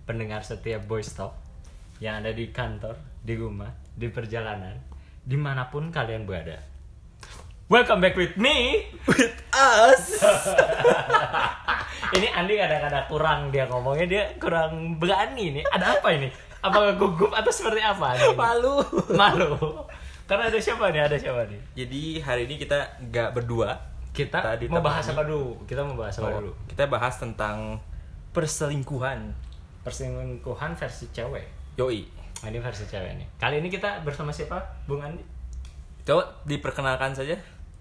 pendengar setiap Boys Talk yang ada di kantor, di rumah, di perjalanan, dimanapun kalian berada. Welcome back with me, with us. Ini Andi kadang-kadang kurang dia ngomongnya, dia kurang berani nih. Ada apa ini? Apakah gugup atau seperti apa? Malu. Karena ada siapa nih? Jadi hari ini kita nggak berdua. Kita mau bahas apa dulu? Kita bahas tentang perselingkuhan versi cewek. Yoi. Ini versi cewek nih. Kali ini kita bersama siapa, Bung Andi? Coba diperkenalkan saja.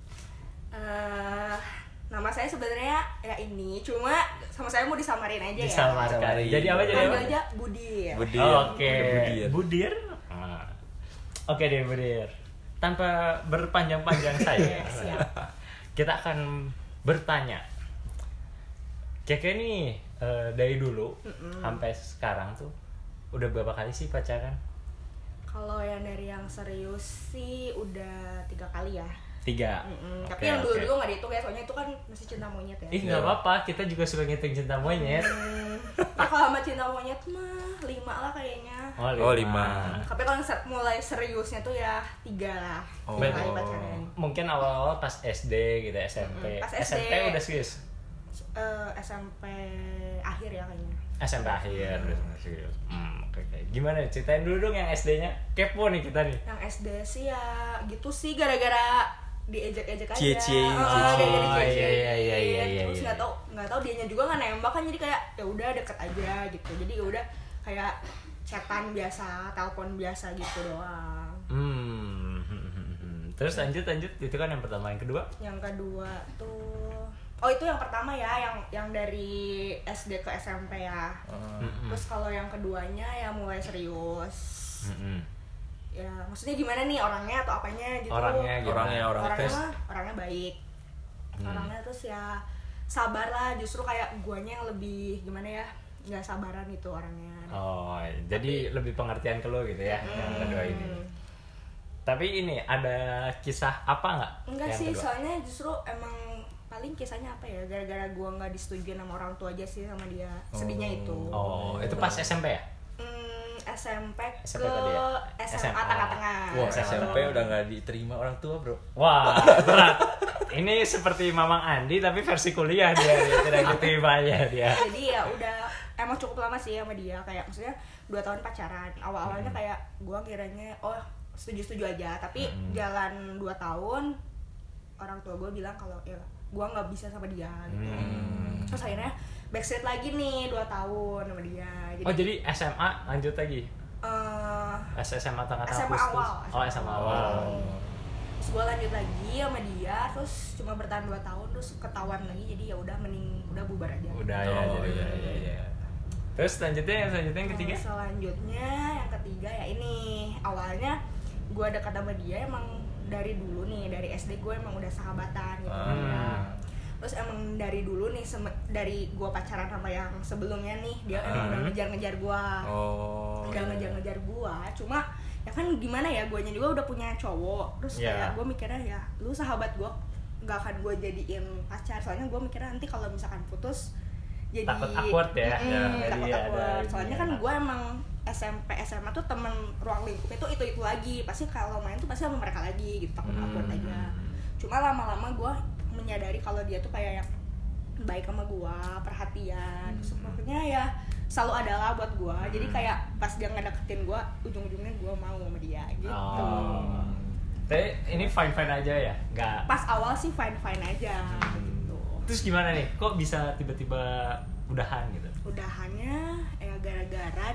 Nama saya sebenarnya ya ini, cuma sama saya mau disamarin aja ya. Disamarkan. Jadi apa? Panggil aja Budir. Oke. Budir. Oke deh Budir. Tanpa berpanjang-panjang saya. Siap. Kita akan bertanya. Keke nih dari dulu sampai sekarang tuh udah berapa kali sih pacaran? Kalau yang dari yang serius sih udah 3 kali ya. 3. Tapi yang dulu nggak dihitung ya, soalnya itu kan masih cinta monyet ya. Nggak apa-apa, kita juga suka ngitung cinta monyet. Ya kalau sama cinta monyet mah 5 lah kayaknya. Oh 5. Tapi kalau mulai seriusnya tuh ya 3 lah. Kali pacaran. Mungkin awal-awal pas SD gitu, SMP. Pas SMP udah serius. SMP akhir ya kayaknya. SMP akhir udah serius. Oke. Gimana? Ceritain dulu dong yang SD-nya. Kepo nih kita nih. Yang SD sih ya gitu sih, gara-gara diejek-ejek aja. Cie-ciein. Iya. Terus nggak tahu dianya juga nggak nembak kan, jadi kayak ya udah deket aja gitu. Jadi ya udah kayak chatan biasa, telepon biasa gitu doang. Terus lanjut itu kan yang pertama. Yang kedua? Yang kedua tuh itu yang pertama ya, yang dari SD ke SMP ya. Terus kalau yang keduanya ya mulai serius. Ya maksudnya gimana nih, orangnya atau apanya gitu? Orangnya baik. Orangnya terus ya sabar lah, justru kayak guanya yang lebih gimana ya, nggak sabaran itu orangnya. Jadi lebih pengertian ke lo gitu ya yang kedua ini. Tapi ini ada kisah apa nggak? Enggak sih, soalnya justru emang paling kisahnya apa ya, gara-gara gua nggak disetujuin sama orang tua aja sih sama dia. Sedihnya itu. Itu pas SMP ya? SMP ke ya? SMA tengah-tengah. Wah, SMP udah nggak diterima orang tua, bro. Wah, berat. Ini seperti Mamang Andi tapi versi kuliah dia tidak diterimanya dia. Jadi ya udah emang cukup lama sih sama dia, kayak maksudnya 2 tahun pacaran. Awal-awalnya kayak gua kiranya setuju-setuju aja, tapi jalan 2 tahun orang tua gue bilang kalau ya gue nggak bisa sama dia gitu. Terus akhirnya backstreet lagi nih 2 tahun sama dia. Jadi SMA lanjut lagi? SMA tengah-tengah. SMA awal. SMA awal. Terus gue lanjut lagi sama dia, terus cuma bertahan 2 tahun terus ketahuan lagi, jadi ya udah mending udah bubar aja. Iya. Terus selanjutnya yang ketiga? Selanjutnya yang ketiga ya ini, awalnya gue dekat sama dia emang dari dulu nih, dari SD gue emang udah sahabatan gitu. Terus emang dari dulu nih, dari gue pacaran sama yang sebelumnya nih, dia emang udah ngejar-ngejar gue. Ngejar-ngejar gue, cuma ya kan gimana ya, guanya juga udah punya cowok. Terus kayak gue mikirnya ya, lu sahabat gue, gak akan gue jadiin pacar. Soalnya gue mikirnya nanti kalau misalkan putus jadi takut awkward ya. Takut awkward. Soalnya kan gue emang SMP SMA tuh temen ruang lingkupnya tuh itu lagi, pasti kalau main tuh pasti sama mereka lagi gitu, takut awkward aja. Cuma lama-lama gue menyadari kalau dia tuh kayak yang baik sama gue, perhatian, sebenarnya ya selalu adalah buat gue. Jadi kayak pas dia ngedeketin gue, ujung-ujungnya gue mau sama dia gitu. Tapi ini fine aja ya? Nggak? Pas awal sih fine aja gitu. Terus gimana nih? Kok bisa tiba-tiba udahan gitu? Udahannya ya gara-gara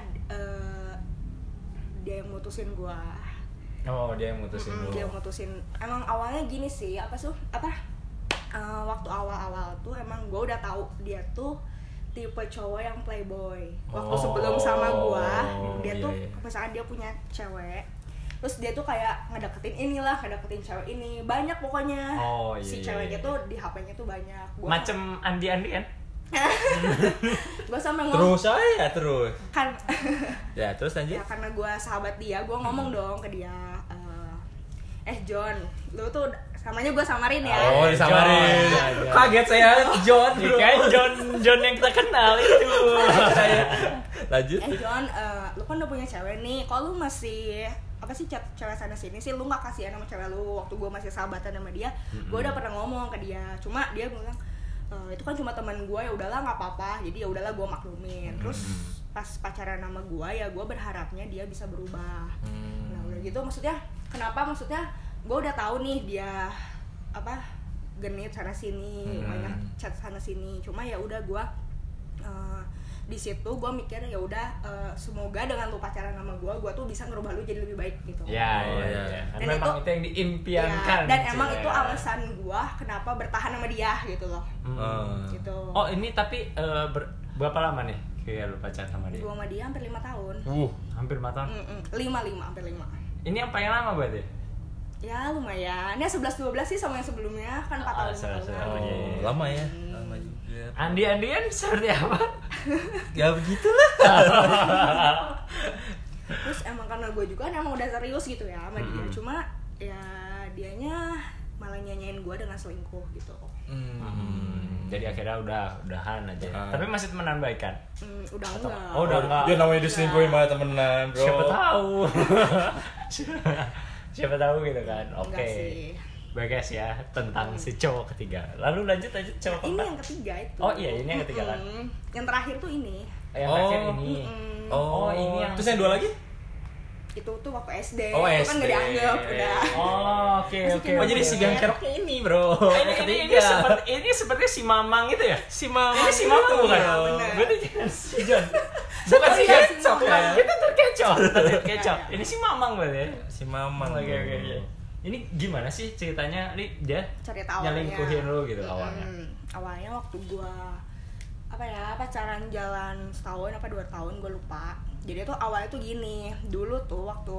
dia yang mutusin gua. Dia yang mutusin lu. Dia mutusin. Emang awalnya gini sih, waktu awal-awal tuh emang gua udah tahu dia tuh tipe cowok yang playboy. Waktu sebelum sama gua, dia tuh misalkan dia punya cewek, terus dia tuh kayak ngedeketin cewek ini, banyak pokoknya. Si ceweknya tuh di HP-nya tuh banyak. Macem Andi kan? Gue sampe ngomong terus kan ya terus lanjut ya, karena gue sahabat dia, gue ngomong dong ke dia, John, lu tuh namanya gue samarin ya. Disamarin. Kaget saya, John bro. Kayak John yang kita kenal itu. Lanjut. John, lu kan udah punya cewek nih, kok lu masih apa sih chat cewek sana sini sih, lu nggak kasihan sama cewek lu? Waktu gue masih sahabatan sama dia, gue udah pernah ngomong ke dia, cuma dia bilang itu kan cuma teman gue, ya udahlah nggak apa-apa, jadi ya udahlah gue maklumin. Terus pas pacaran sama gue ya gue berharapnya dia bisa berubah. Nah udah gitu maksudnya kenapa, maksudnya gue udah tahu nih dia apa genit sana sini, banyak chat sana sini, cuma ya udah gue di situ gue mikir ya udah semoga dengan lu pacaran sama gue tuh bisa ngerubah lu jadi lebih baik gitu. Ya. Dan Karena memang itu yang diimpiankan. Ya, dan emang itu alasan gue kenapa bertahan sama dia gitu loh. Gitu. Oh ini tapi berapa lama nih kayak lu pacaran sama dia? Gue sama dia hampir 5 tahun. Hampir 5 tahun. 5 hampir 5. Ini yang paling lama berarti? Ya lumayan. Ya 11-12 sih sama yang sebelumnya kan 4 tahun. Lama ya. Lama juga. Andi-andian seperti apa? Ya begitulah. Terus emang karena gue juga kan emang udah serius gitu ya sama dia, cuma ya dianya malah nyanyain gue dengan selingkuh gitu. Jadi akhirnya udahan aja. Tapi masih temenan baik kan? Udah enggak. Oh udah enggak. Ya namanya diselingkuhin malah temenan, bro. Siapa tahu. Siapa tahu gitu kan. Enggak Oke. sih. Bagus ya tentang si cowok ketiga. Lalu lanjut cowok Ini keempat. yang ketiga itu. Oh iya ini yang ketiga kan. Yang terakhir tuh ini. Yang terakhir ini. Oh ini yang. Terus yang dua lagi? Itu tuh waktu SD. Oh, itu kan SD. gak dianggap udah. Oh oke. Oh jadi si gang keroknya ini, bro. Ini seperti si Mamang itu ya? Si Mama. Ini si Mamang bukan? bener. Berarti jangan si John. Bukan si Iya, Kecok si ya? Mamang. Itu terkecoh. Ini si Mamang berarti ya? Si Mamang. Oke. Ini gimana sih ceritanya? Dia Cerita awalnya. nyelingkuhin lu gitu awalnya? Awalnya waktu gua pacaran jalan setahun apa 2 tahun gue lupa. Jadi tuh awalnya tuh gini, dulu tuh waktu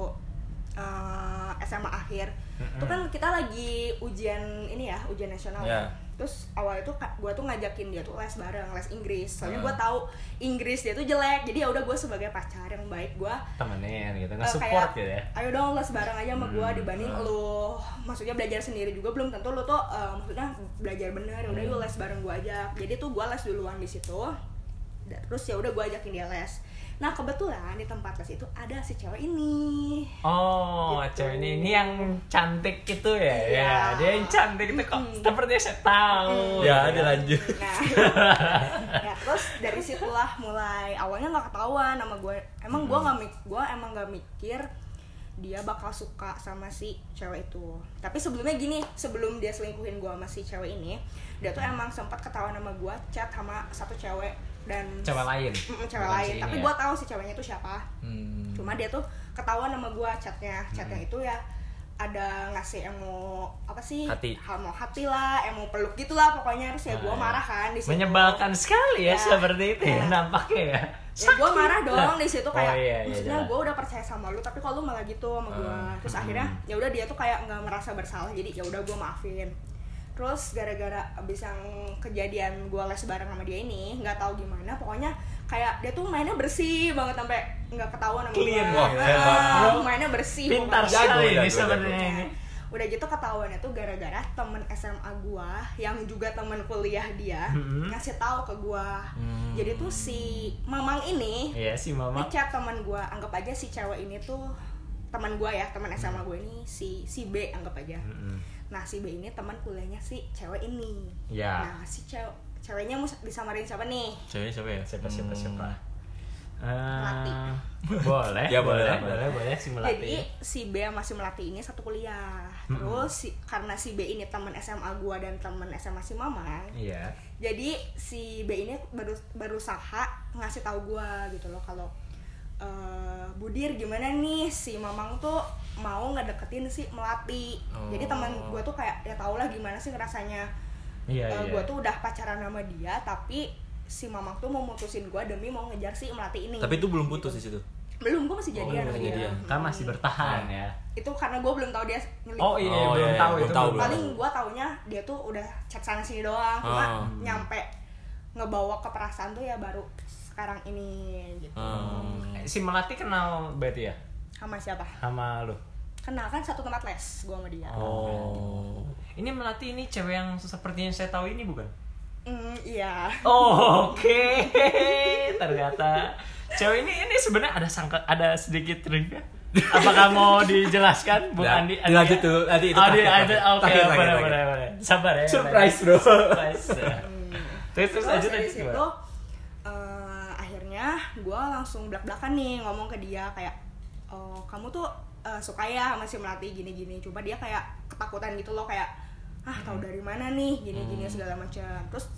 SMA akhir tuh kan kita lagi ujian ini ya, ujian nasional. Yeah. Terus awalnya tuh gue tuh ngajakin dia tuh les bareng, les Inggris. Soalnya gue tahu Inggris dia tuh jelek, jadi ya udah gue sebagai pacar yang baik gue Temenin gitu, nge-support gitu ya? ayo dong les bareng aja sama gue dibanding lu maksudnya belajar sendiri juga belum tentu lu tuh maksudnya belajar bener. Udah lu les bareng gue aja. Jadi tuh gue les duluan di situ. Terus ya udah gue ajakin dia les. Nah kebetulan di tempat les itu ada si cewek ini. Oh, Gitu. cewek ini yang cantik itu ya? Iya. Ya, dia yang cantik itu kok sepertinya saya tahu. Ya, dilanjut. Nah, ya terus dari situlah mulai awalnya nggak ketahuan sama gue. Emang gue emang nggak mikir dia bakal suka sama si cewek itu. Tapi sebelumnya gini, sebelum dia selingkuhin gue sama si cewek ini, dia tuh emang sempat ketahuan sama gue chat sama satu cewek dan Cewek lain. Cewek Bukan lain. si Tapi ini gue tahu si ceweknya itu siapa. Cuma dia tuh ketahuan sama gue chatnya itu ya ada ngasih emo apa sih? Hati. Mau hati lah, emo peluk gitulah pokoknya. Terus ya gue marah kan di situ. Menyebalkan sekali ya, Ya. seperti itu ya nampaknya ya. Ya gue marah dong di situ kayak iya, maksudnya jelas. gue udah percaya sama lu tapi kalau lu malah gitu sama gue. Terus akhirnya ya udah dia tuh kayak nggak merasa bersalah, jadi ya udah gue maafin. Terus gara-gara abis yang kejadian gue les bareng sama dia ini nggak tahu gimana, pokoknya kayak dia tuh mainnya bersih banget sampai nggak ketahuan sama gue. Clean, wah, hebat. Mainnya bersih. Pintar pokoknya. sekali Jago, ini jago, sebenarnya Nah, ini. udah gitu ketahuannya tuh gara-gara temen SMA gua yang juga temen kuliah dia ngasih tahu ke gua. Jadi tuh si Mamang ini Iya si Mama. ngechat teman gua, anggap aja si cewek ini tuh teman gua ya, teman SMA gua ini si B anggap aja. Nah si B ini teman kuliahnya si cewek ini. Ya. Nah si ceweknya mau disamarin siapa nih? Ceweknya siapa ya? Siapa? Melati. Boleh. Ya, boleh. Boleh si Melati. Jadi si B sama si Melati ini satu kuliah. Terus karena si B ini teman SMA gua dan teman SMA si Mamang. Iya. Jadi si B ini berusaha ngasih tahu gua gitu loh kalau Budir gimana nih si Mamang tuh mau ngedeketin si Melati. Jadi teman gua tuh kayak ya tau lah gimana sih rasanya. Iya. Gua tuh udah pacaran sama dia tapi si Mamang tuh mau mutusin gue demi mau ngejar si Melati ini. Tapi itu belum putus di situ. Belum, gue masih jadian sama masih dia. jadian. Kan masih bertahan ya. Itu karena gue belum tahu dia nyelingkuh. Oh iya, Oh, belum iya, tahu belum itu. tahu, belum. Paling gue taunya dia tuh udah chat sana sini doang, cuma nyampe ngebawa ke perasaan tuh ya baru sekarang ini gitu. Si Melati kenal berarti ya? Sama siapa? Sama lu. Kenal kan satu tempat les gue sama dia. Oh. Ini Melati ini cewek yang seperti yang saya tahu ini bukan? Iya. Oh, oke. Ternyata Cewek ini sebenarnya ada sedikit trivia. Apakah mau dijelaskan, Bung Nah, Andi? lanjut tuh, nanti itu Oke, terakhir. boleh. Sabar ya. Surprise, bro. Surprise. Terus lanjut dari aja situ gimana? akhirnya gue langsung belak-belakan nih ngomong ke dia kayak, oh kamu tuh suka ya masih melatih gini-gini. Coba dia kayak ketakutan gitu loh, kayak tahu dari mana nih gini-gini segala macam. Terus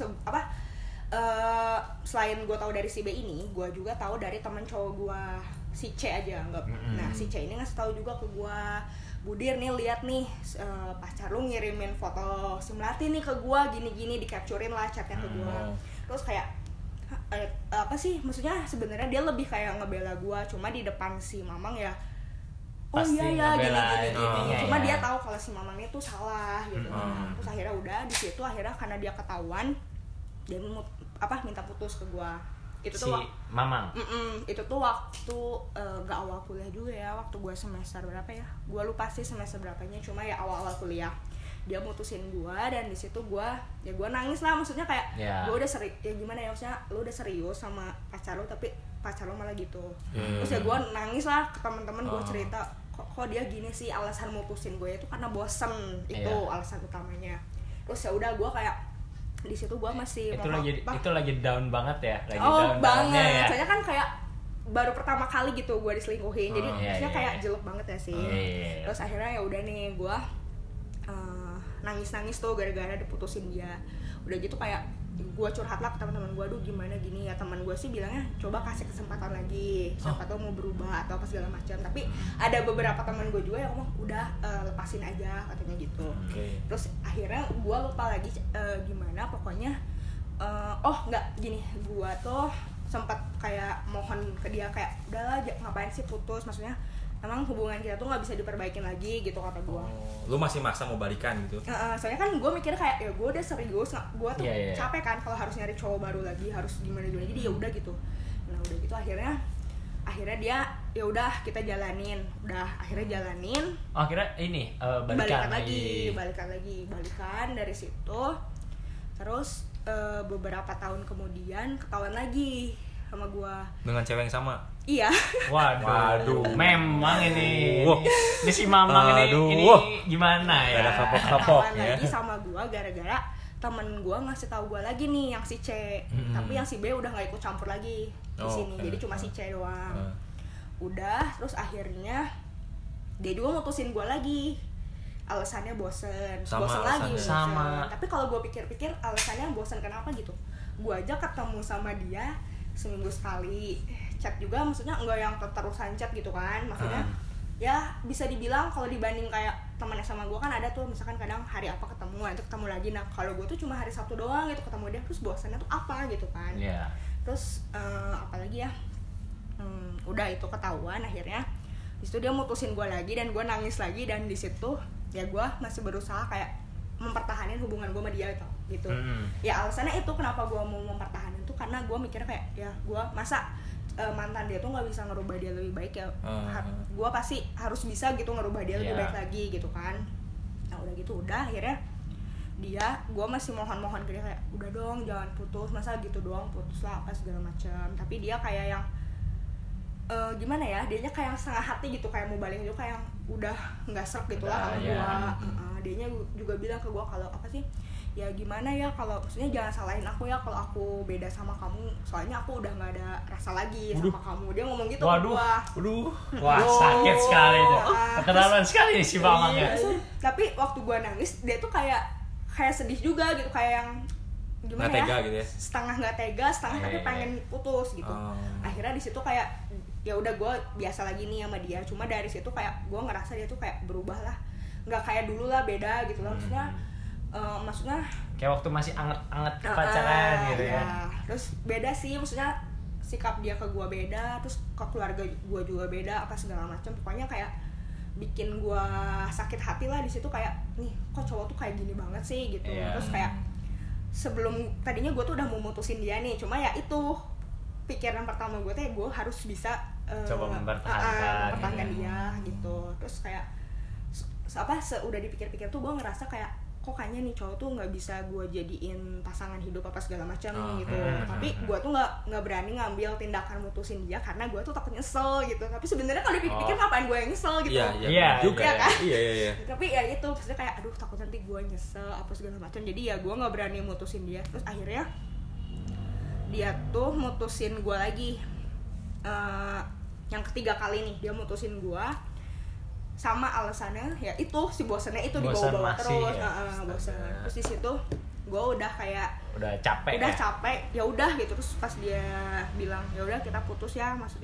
selain gue tahu dari si B ini, gue juga tahu dari teman cowok gue si C aja anggap. Nah si C ini ngasih tahu juga ke gue, Budir nih lihat nih pacar lu ngirimin foto si Melati nih ke gue gini-gini, di capturein lah chatnya ke gue. Terus kayak apa sih, maksudnya sebenarnya dia lebih kayak ngebela gue, cuma di depan si Mamang ya Pasti iya ngebelain gini. Cuma ya. dia tahu kalau si Mamangnya tuh salah gitu. Terus akhirnya udah di situ akhirnya karena dia ketahuan, dia minta putus ke gua. Itu Si tuh Mamang. itu tuh waktu gak awal kuliah juga ya, waktu gua semester berapa ya, gua lupa sih semester berapanya, cuma ya awal kuliah dia mutusin gua. Dan di situ gua nangis lah, maksudnya kayak gua udah ya gimana ya, maksudnya lu udah serius sama pacar lu tapi pacar lu malah gitu. Terus ya gua nangis lah ke teman-teman, gua cerita kok dia gini sih, alasan mutusin gue itu karena bosen, itu alasan utamanya. Terus ya udah gua kayak di situ gue masih itu lagi down banget ya, lagi down banget ya. soalnya kan kayak baru pertama kali gitu gue diselingkuhin, jadi maksudnya kayak jelek banget ya sih. Terus akhirnya ya udah nih gue nangis tuh gara-gara diputusin dia. Udah gitu kayak gue curhat lah ke teman-teman gue, aduh gimana gini ya. Teman gue sih bilangnya coba kasih kesempatan lagi, siapa tahu mau berubah atau apa segala macam. Tapi ada beberapa teman gue juga yang ngomong udah lepasin aja katanya gitu. Terus akhirnya gue lupa lagi gimana, pokoknya nggak gini, gue tuh sempat kayak mohon ke dia kayak udahlah ngapain sih putus, maksudnya emang hubungan kita tuh nggak bisa diperbaikin lagi gitu kata gue. Lu masih maksa mau balikan gitu? Soalnya kan gue mikir kayak ya gue udah serius, gue tuh capek kan kalau harus nyari cowok baru lagi, harus gimana, jadi ya udah gitu. Nah udah gitu akhirnya dia ya udah kita jalanin, akhirnya ini balikan dari situ. Terus beberapa tahun kemudian ketahuan lagi sama gua dengan cewek yang sama. Iya. Waduh. Memang ini si Mamang ini gimana ya? Ada kapok-kapok ya. Lagi sama gua gara-gara temen gua ngasih tahu gua lagi nih yang si C. Tapi yang si B udah nggak ikut campur lagi di sini. Jadi cuma si C doang. Udah, terus akhirnya dia juga mutusin gua lagi. Alasannya bosen lagi. Tapi kalau gua pikir-pikir alasannya bosen kenapa gitu? Gua aja ketemu sama dia seminggu sekali, chat juga, maksudnya enggak yang terusan chat gitu kan, maksudnya ya bisa dibilang kalau dibanding kayak temannya sama gue kan ada tuh misalkan kadang hari apa ketemu, nanti ketemu lagi. Nah kalau gue tuh cuma hari Sabtu doang gitu ketemu dia, terus bosannya tuh apa gitu kan. Terus apalagi ya, udah itu ketahuan akhirnya di situ dia mutusin gue lagi dan gue nangis lagi. Dan di situ ya gue masih berusaha kayak mempertahankan hubungan gue sama dia gitu. Ya alasannya itu kenapa gue mau mempertahankan tuh karena gue mikir kayak ya gue masa mantan dia tuh nggak bisa ngerubah dia lebih baik ya, gue pasti harus bisa gitu ngerubah dia lebih baik lagi gitu kan. Nah udah gitu akhirnya gue masih mohon ke dia kayak udah dong jangan putus, masa gitu doang putus lah apa segala macam. Tapi dia kayak yang gimana ya, dianya kayak setengah hati gitu, kayak mau balik juga kayak yang udah nggak serk gitu lah sama gue. Dianya juga bilang ke gue kalau apa sih, ya gimana ya kalau maksudnya jangan salahin aku ya kalau aku beda sama kamu, soalnya aku udah nggak ada rasa lagi sama kamu. Dia ngomong gitu ke gue. Wah sakit sekali itu. Keterlaluan sekali nih si Mamangnya. Tapi waktu gue nangis dia tuh kayak sedih juga gitu, kayak yang gimana nggak tega ya, gitu ya, setengah nggak tega, setengah tapi pengen putus gitu. Akhirnya di situ kayak ya udah gue biasa lagi nih sama dia. Cuma dari situ kayak gue ngerasa dia tuh kayak berubah lah, nggak kayak dulu lah, beda gitu lah. Maksudnya kayak waktu masih anget pacaran gitu ya. Terus beda sih, maksudnya sikap dia ke gue beda, terus ke keluarga gue juga beda, apa segala macam. Pokoknya kayak bikin gue sakit hati lah di situ, kayak nih kok cowok tuh kayak gini banget sih gitu. Terus kayak sebelum tadinya gue tuh udah mau mutusin dia nih, cuma ya itu pikiran pertama gue tuh ya gue harus bisa coba mempertahankan dia gitu. Terus kayak udah dipikir-pikir tuh gue ngerasa kayak kok kayaknya nih cowok tuh nggak bisa gue jadiin pasangan hidup apa segala macam gitu. Tapi gue tuh nggak berani ngambil tindakan mutusin dia karena gue tuh takut nyesel gitu. Tapi sebenarnya kalau dipikir ngapain gue yang nyesel gitu. Iya juga ya kan? Iya. Tapi ya itu maksudnya kayak aduh takut nanti gue nyesel apa segala macam. Jadi ya gue nggak berani mutusin dia. Terus akhirnya dia tuh mutusin gue lagi. Yang ketiga kali nih dia mutusin gue sama alasannya ya itu si bosannya itu dibawa-bawa terus bosan. Terus di situ gue udah kayak udah capek ya udah gitu. Terus pas dia bilang ya udah kita putus ya, maksudnya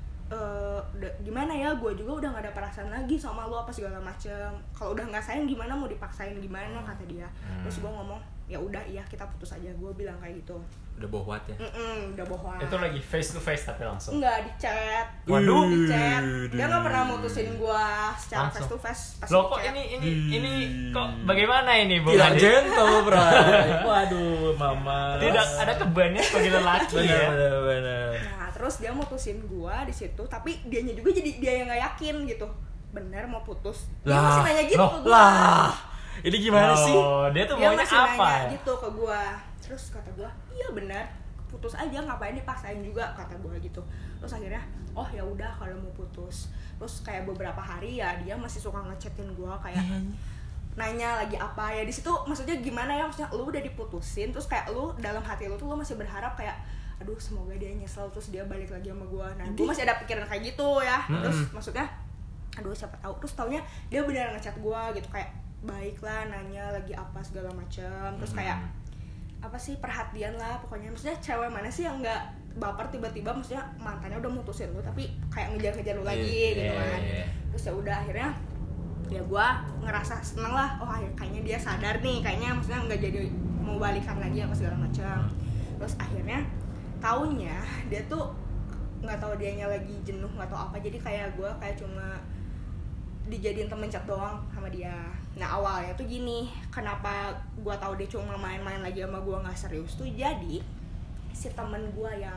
gimana ya, gue juga udah gak ada perasaan lagi sama lo apa segala macem. Kalau udah nggak sayang gimana mau dipaksain gimana, kata dia. Terus gue ngomong ya udah iya kita putus aja, gue bilang kayak gitu. Udah bohwat ya. Udah bohong. Itu lagi face to face tapi langsung. Enggak, di chat. Waduh, di chat. Dia nggak pernah mutusin gua secara langsung face to face. Loh kok ini kok bagaimana ini Bu? Tidak gentle, Bray. Waduh, mama. Tidak ada kebannya sebagai lelaki ya. Benar. Nah, terus dia mutusin gua di situ, tapi dianya juga jadi dia yang nggak yakin gitu. Bener mau putus. Dia masih nanya gitu ke gua. Lah. Ini gimana sih? Dia tuh Dia maunya masih apa? nanya gitu ke gua. Terus kata gua, "Iya benar. Putus aja, ngapain dipaksain juga," kata gua gitu. Terus akhirnya, "Oh ya udah kalau mau putus." Terus kayak beberapa hari ya dia masih suka ngechatin gua kayak nanya lagi apa ya. Di situ maksudnya gimana ya, maksudnya lu udah diputusin terus kayak lu dalam hati lu tuh lu masih berharap kayak aduh semoga dia nyesel terus dia balik lagi sama gua. Nah, gua masih ada pikiran kayak gitu ya. Terus maksudnya aduh siapa tahu. Terus taunya dia beneran ngechat gua gitu kayak baiklah, nanya lagi apa segala macam. Terus kayak apa sih, perhatian lah pokoknya. Maksudnya cewek mana sih yang nggak baper tiba-tiba, maksudnya mantannya udah mutusin lu tapi kayak ngejar-ngejar lu lagi gitu kan. Terus ya udah akhirnya ya gue ngerasa seneng lah, oh kayaknya dia sadar nih, kayaknya maksudnya nggak jadi mau balikan lagi apa segala macam. Terus akhirnya taunya dia tuh nggak tahu dianya lagi jenuh nggak tahu apa, jadi kayak gue kayak cuma dijadiin temen chat doang sama dia. Nah awalnya tuh gini, kenapa gue tahu dia cuma main-main lagi sama gue nggak serius tuh, jadi si temen gue yang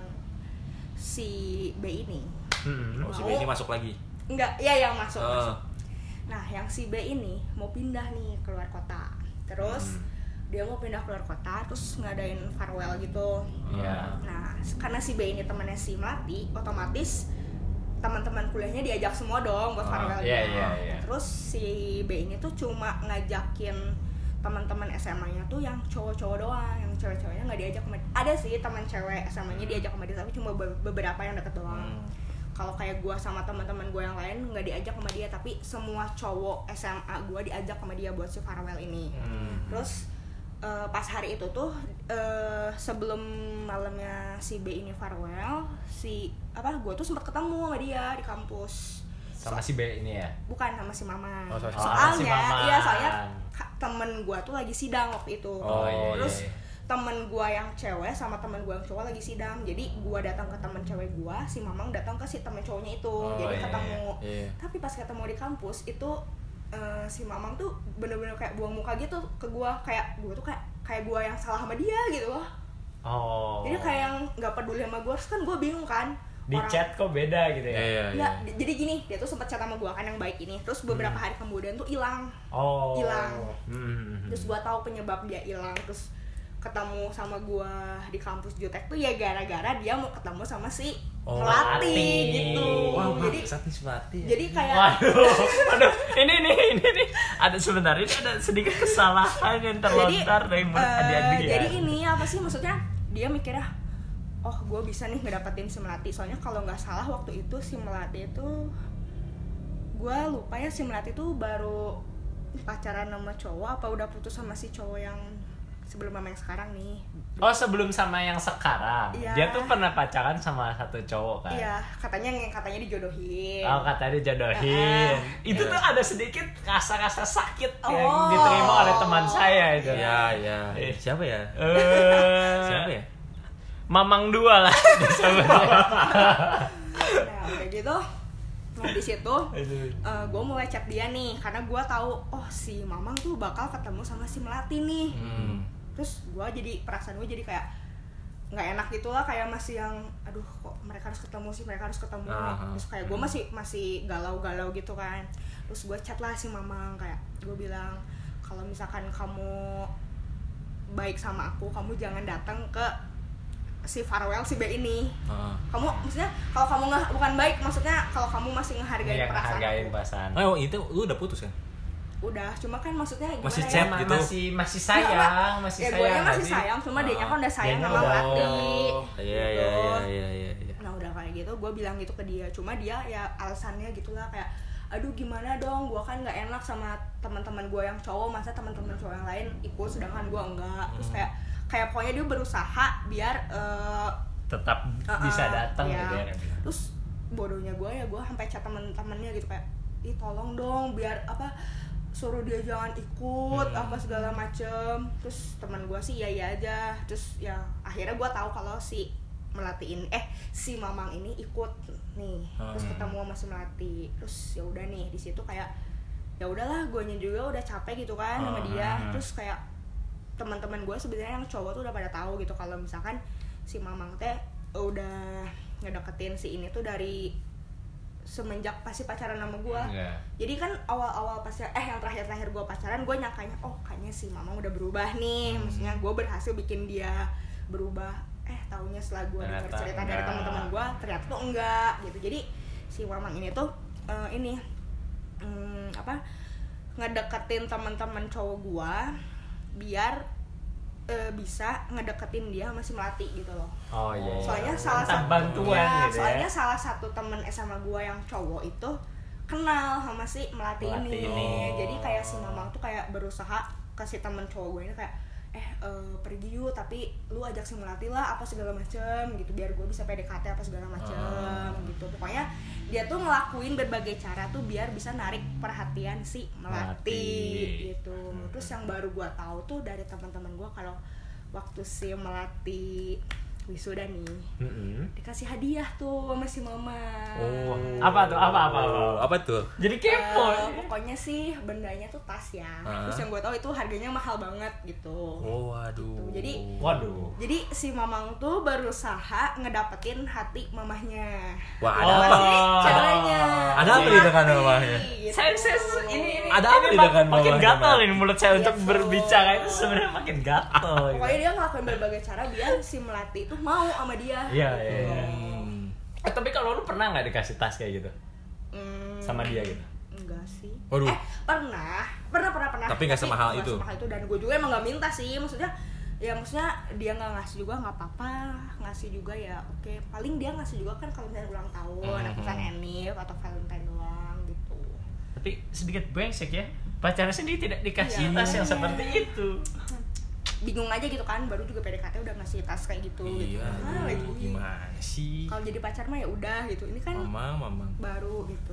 si B ini Si B ini masuk lagi? Enggak, ya yang masuk. Nah yang si B ini mau pindah nih keluar kota. Terus dia mau pindah keluar kota terus ngadain farewell gitu. Nah karena si B ini temannya si Melati, otomatis teman-teman kuliahnya diajak semua dong buat farewell. Terus si B ini tuh cuma ngajakin teman-teman SMA-nya tuh yang cowok-cowok doang, yang cewek-ceweknya nggak diajak sama dia. Ada sih teman cewek SMA-nya diajak sama dia tapi cuma beberapa yang deket doang. Kalau kayak gue sama teman-teman gue yang lain nggak diajak sama dia, tapi semua cowok SMA gue diajak sama dia buat si farewell ini. Terus pas hari itu tuh sebelum malamnya si B ini farewell, gue tuh sempat ketemu sama dia di kampus. Sama si B ini ya? Bukan, sama si Mama. Soalnya si Mama. Iya, soalnya temen gue tuh lagi sidang waktu itu. Terus temen gue yang cewek sama temen gue yang cowok lagi sidang. Jadi gue datang ke temen cewek gue, si Mamang datang ke si temen cowoknya itu. Jadi ketemu. Tapi pas ketemu di kampus itu si Mamang tuh bener-bener kayak buang muka gitu ke gue, kayak gue tuh kayak gue yang salah sama dia gitu loh. Jadi kayak yang nggak peduli sama gue. Terus kan gue bingung kan. Di chat kok beda gitu ya? Ya, jadi gini, dia tuh sempat chat sama gue kan yang baik ini. Terus beberapa hari kemudian tuh hilang. Terus gue tahu penyebab dia hilang. Terus ketemu sama gue di kampus Jutek tuh ya gara-gara dia mau ketemu sama si Melati gitu. Jadi jadi kayak waduh, ini ada sebenarnya ada sedikit kesalahan yang terlontar dari mulut adik-adik ya. Jadi ini apa sih maksudnya, dia mikirnya oh gue bisa nih ngedapetin si Melati. Soalnya kalau nggak salah waktu itu si Melati itu, gue lupa ya, si Melati tuh baru pacaran sama cowok apa udah putus sama si cowok yang sebelum sama yang sekarang nih. Oh sebelum sama yang sekarang? Iya. Dia tuh pernah pacaran sama satu cowok kan? Iya, katanya dijodohin. Oh katanya dijodohin. Itu tuh ada sedikit rasa-rasa sakit yang diterima oleh teman saya itu. Iya. Siapa ya? Siapa ya? Mamang 2 lah. Nah udah gitu, nah di situ gue mulai chat dia nih karena gue tahu oh si Mamang tuh bakal ketemu sama si Melati nih. Terus gue jadi perasaan gue jadi kayak nggak enak gitulah, kayak masih yang aduh kok mereka harus ketemu. Terus kayak gue masih galau-galau gitu kan. Terus gue chat lah si Mamang, kayak gue bilang kalau misalkan kamu baik sama aku, kamu jangan datang ke si Farwell si B ini. Kamu maksudnya kalau kamu bukan baik, maksudnya kalau kamu masih ngehargain perasaan. Oh itu lu udah putus kan? Udah, cuma kan maksudnya gimana masih ya? chat gitu. Masih sayang, masih sayang. Ya gue masih sayang, cuma dianya kan udah sayang sama Melati. Iya. Nah udah kayak gitu, gue bilang gitu ke dia. Cuma dia ya alasannya gitulah kayak, aduh gimana dong, gue kan nggak enak sama teman-teman gue yang cowok, masa teman-teman cowok yang lain ikut sedangkan gue enggak. Terus kayak pokoknya dia berusaha biar tetap bisa datang ya. gitu ya. Terus bodohnya gue ya, gue sampai chat teman-temannya gitu kayak, ih tolong dong biar apa, suruh dia jangan ikut apa segala macem. Terus teman gue sih iya aja. Terus ya akhirnya gue tahu kalau si Melati ini si Mamang ini ikut nih. Terus ketemu sama si Melati. Terus ya udah nih di situ kayak ya udahlah, guanya juga udah capek gitu kan sama dia. Terus kayak teman-teman gue sebenarnya yang cowok tuh udah pada tahu gitu kalau misalkan si Mamang teh udah ngedeketin si ini tuh dari semenjak pasti pacaran sama gue. Jadi kan awal-awal pas yang terakhir gue pacaran, gue nyangkanya kayaknya si Mamang udah berubah nih. Maksudnya gue berhasil bikin dia berubah. Taunya setelah gue dengar cerita dari teman-teman gue, ternyata tuh enggak gitu. Jadi si Mamang ini tuh ngedeketin teman-teman cowok gue biar bisa ngedeketin dia sama si Melati gitu loh. Oh iya. Soalnya soalnya salah satu temen SMA gue yang cowok itu kenal sama si Melati ini. Jadi kayak si Mamang tuh kayak berusaha ke si temen cowok gue ini kayak pergi yuk, tapi lu ajak si Melati lah apa segala macem gitu biar gue bisa PDKT apa segala macem gitu. Pokoknya dia tuh ngelakuin berbagai cara tuh biar bisa narik perhatian si Melati gitu. Terus yang baru gue tahu tuh dari teman-teman gue kalau waktu si Melati wisuda nih dikasih hadiah tuh sama si Mama. Apa tuh? Jadi kepo. Pokoknya sih bendanya tuh tas ya. Terus yang gue tahu itu harganya mahal banget gitu. Waduh. Gitu. Waduh. Jadi si Mamang tuh berusaha ngedapetin hati mamahnya. Caranya. Ada apa di dengan mamahnya? Saya ini ada apa di dengan mamahnya? Makin gatal ini mulut saya untuk berbicara itu sebenarnya makin gatal. Pokoknya dia ngelakuin berbagai cara biar si Melati itu mau sama dia. Iya. Tapi kalau lu pernah nggak dikasih tas kayak gitu sama dia gitu? Enggak sih. Waduh. Pernah. Tapi nggak semahal itu. Dan gue juga emang nggak minta sih. Maksudnya dia nggak ngasih juga nggak apa-apa. Ngasih juga ya oke. Paling dia ngasih juga kan kalau misalnya ulang tahun, Enif atau Valentine doang gitu. Tapi sedikit brengsek ya. Pacarnya sendiri tidak dikasih tas yang seperti itu. Bingung aja gitu kan, baru juga PDKT udah ngasih tas kayak gitu. Iya, gitu. lagi gimana sih? Kalau jadi pacar mah ya udah gitu. Ini kan Mamang baru gitu.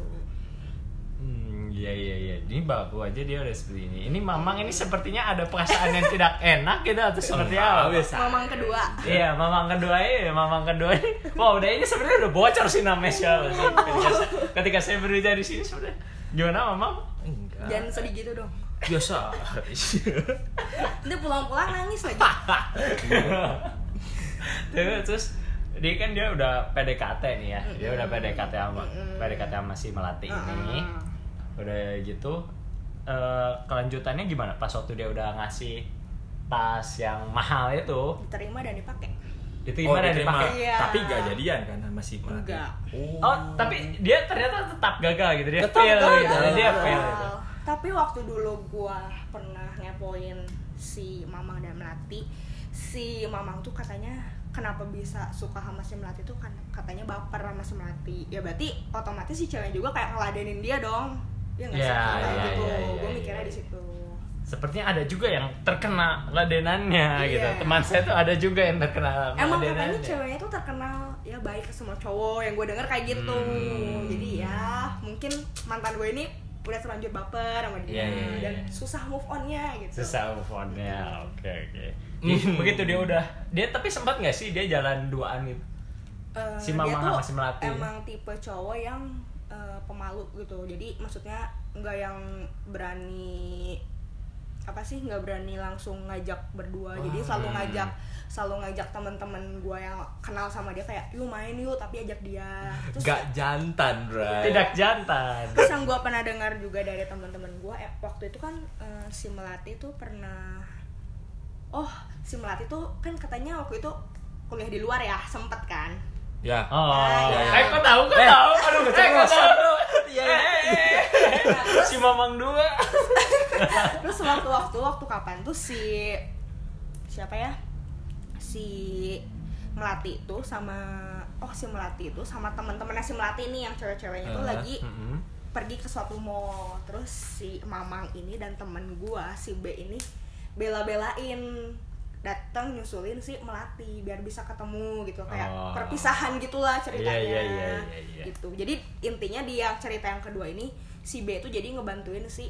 Iya. Ini baru aja dia udah seperti ini. Ini Mamang ini sepertinya ada perasaan yang tidak enak gitu atau seperti apa? Mamang kedua. Iya, Mamang kedua ini. Wah, udah ini sebenarnya udah bocor sih namanya siapa sih. Ketika saya berbicara di sini sebenarnya gimana Mamang? Enggak. Jangan sedih gitu dong. Biasa. Dia pulang-pulang nangis lagi. Terus dia udah PDKT nih ya. Dia udah PDKT sama si Melati ini. Udah gitu kelanjutannya gimana pas waktu dia udah ngasih tas yang mahal itu? Diterima dan dipakai. Diterima dan dipakai. Iya. Tapi gak jadian kan masih Melati. Enggak. Tapi dia ternyata tetap gagal gitu. Dia tetap fail gagal. gitu. Dia fail gitu. Tapi waktu dulu gua pernah ngepoin si Mamang dan Melati, si Mamang tuh katanya kenapa bisa suka sama si Melati tuh kan katanya baper sama si Melati. Ya berarti otomatis si cewek juga kayak ngeladenin dia dong. Ya enggak sih gitu. Gua mikirnya di situ. Sepertinya ada juga yang terkena ladenannya gitu. Iya. Teman saya tuh ada juga yang terkena Emang ladenannya. katanya ceweknya tuh terkenal ya baik ke semua cowok, yang gue denger kayak gitu. Jadi ya mungkin mantan gue ini udah terlanjur baper sama dia dan susah move on-nya gitu. Susah move on-nya. Oke. Begitu dia tapi sempat nggak sih dia jalan duaan gitu? Si Mamang sama si Melati. Emang tipe cowok yang pemalu gitu. Jadi maksudnya nggak yang berani apa sih, nggak berani langsung ngajak berdua. Jadi selalu ngajak teman-teman gue yang kenal sama dia kayak yuk main yuk, tapi ajak dia. Terus Gak jantan, Bray. Tidak jantan. Terus yang gue pernah dengar juga dari teman-teman gue, waktu itu kan si Melati tuh pernah, si Melati tuh kan katanya waktu itu kuliah di luar ya, sempet kan? Ya. Ya. Kok tahu? Aduh, kok tahu? Iya. Si Mamang 2. Terus waktu kapan tuh siapa ya? Si Melati itu sama teman-temannya si Melati nih yang cewek-ceweknya tuh lagi pergi ke suatu mall. Terus si Mamang ini dan temen gua si B ini bela-belain datang nyusulin si Melati biar bisa ketemu gitu, kayak perpisahan gitulah ceritanya. Iya. Gitu. Jadi intinya di yang cerita yang kedua ini si B itu jadi ngebantuin si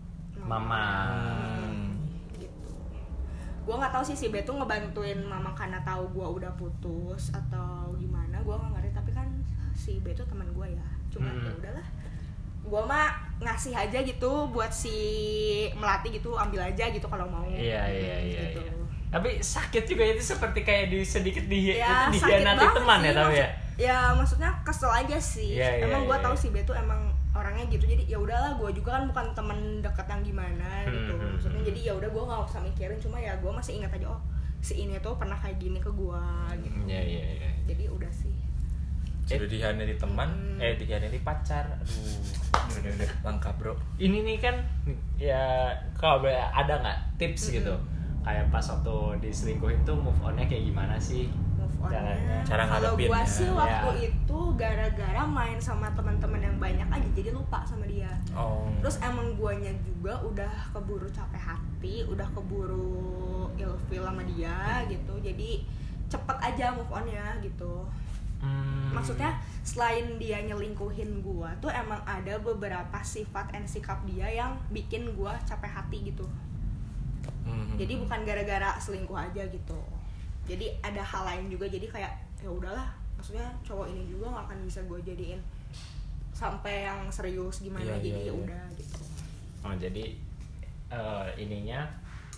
Mamang. Gue nggak tahu sih si B tuh ngebantuin Mamang karena tahu gue udah putus atau gimana, gue nggak ngerti. Tapi kan si B tuh teman gue ya, cuma ya udahlah, gue mah ngasih aja gitu buat si Melati gitu, ambil aja gitu kalau mau. Iya. Gitu. Tapi sakit juga itu, seperti kayak sedikit ya, dikhianati teman ya, tapi ya. Ya maksudnya kesel aja sih. Emang gue tahu si B tuh emang orangnya gitu, jadi ya udahlah, gue juga kan bukan temen deket yang gimana gitu. Maksudnya jadi ya udah gue nggak usah mikirin, cuma ya gue masih ingat aja si ini tuh pernah kayak gini ke gue gitu. Iya. Jadi udah sih. Sudah dikhianati teman, dikhianati pacar. Aduh. Udah lengkap, Bro. Ini nih kan ya, kalau ada nggak tips gitu kayak pas waktu diselingkuhin tuh move on-nya kayak gimana sih? Caranya. Cara ngadepinnya. Kalau gue sih waktu itu gara-gara main sama teman-teman yang banyak aja, jadi lupa sama dia. Terus emang guanya juga udah keburu capek hati, udah keburu ilfeel sama dia gitu. Jadi cepet aja move on-nya gitu. Maksudnya selain dia nyelingkuhin gua tuh emang ada beberapa sifat dan sikap dia yang bikin gua capek hati gitu. Jadi bukan gara-gara selingkuh aja gitu. Jadi ada hal lain juga, jadi kayak ya udahlah, maksudnya cowok ini juga nggak akan bisa gue jadiin sampai yang serius gimana. Jadi ya udah gitu. Jadi ininya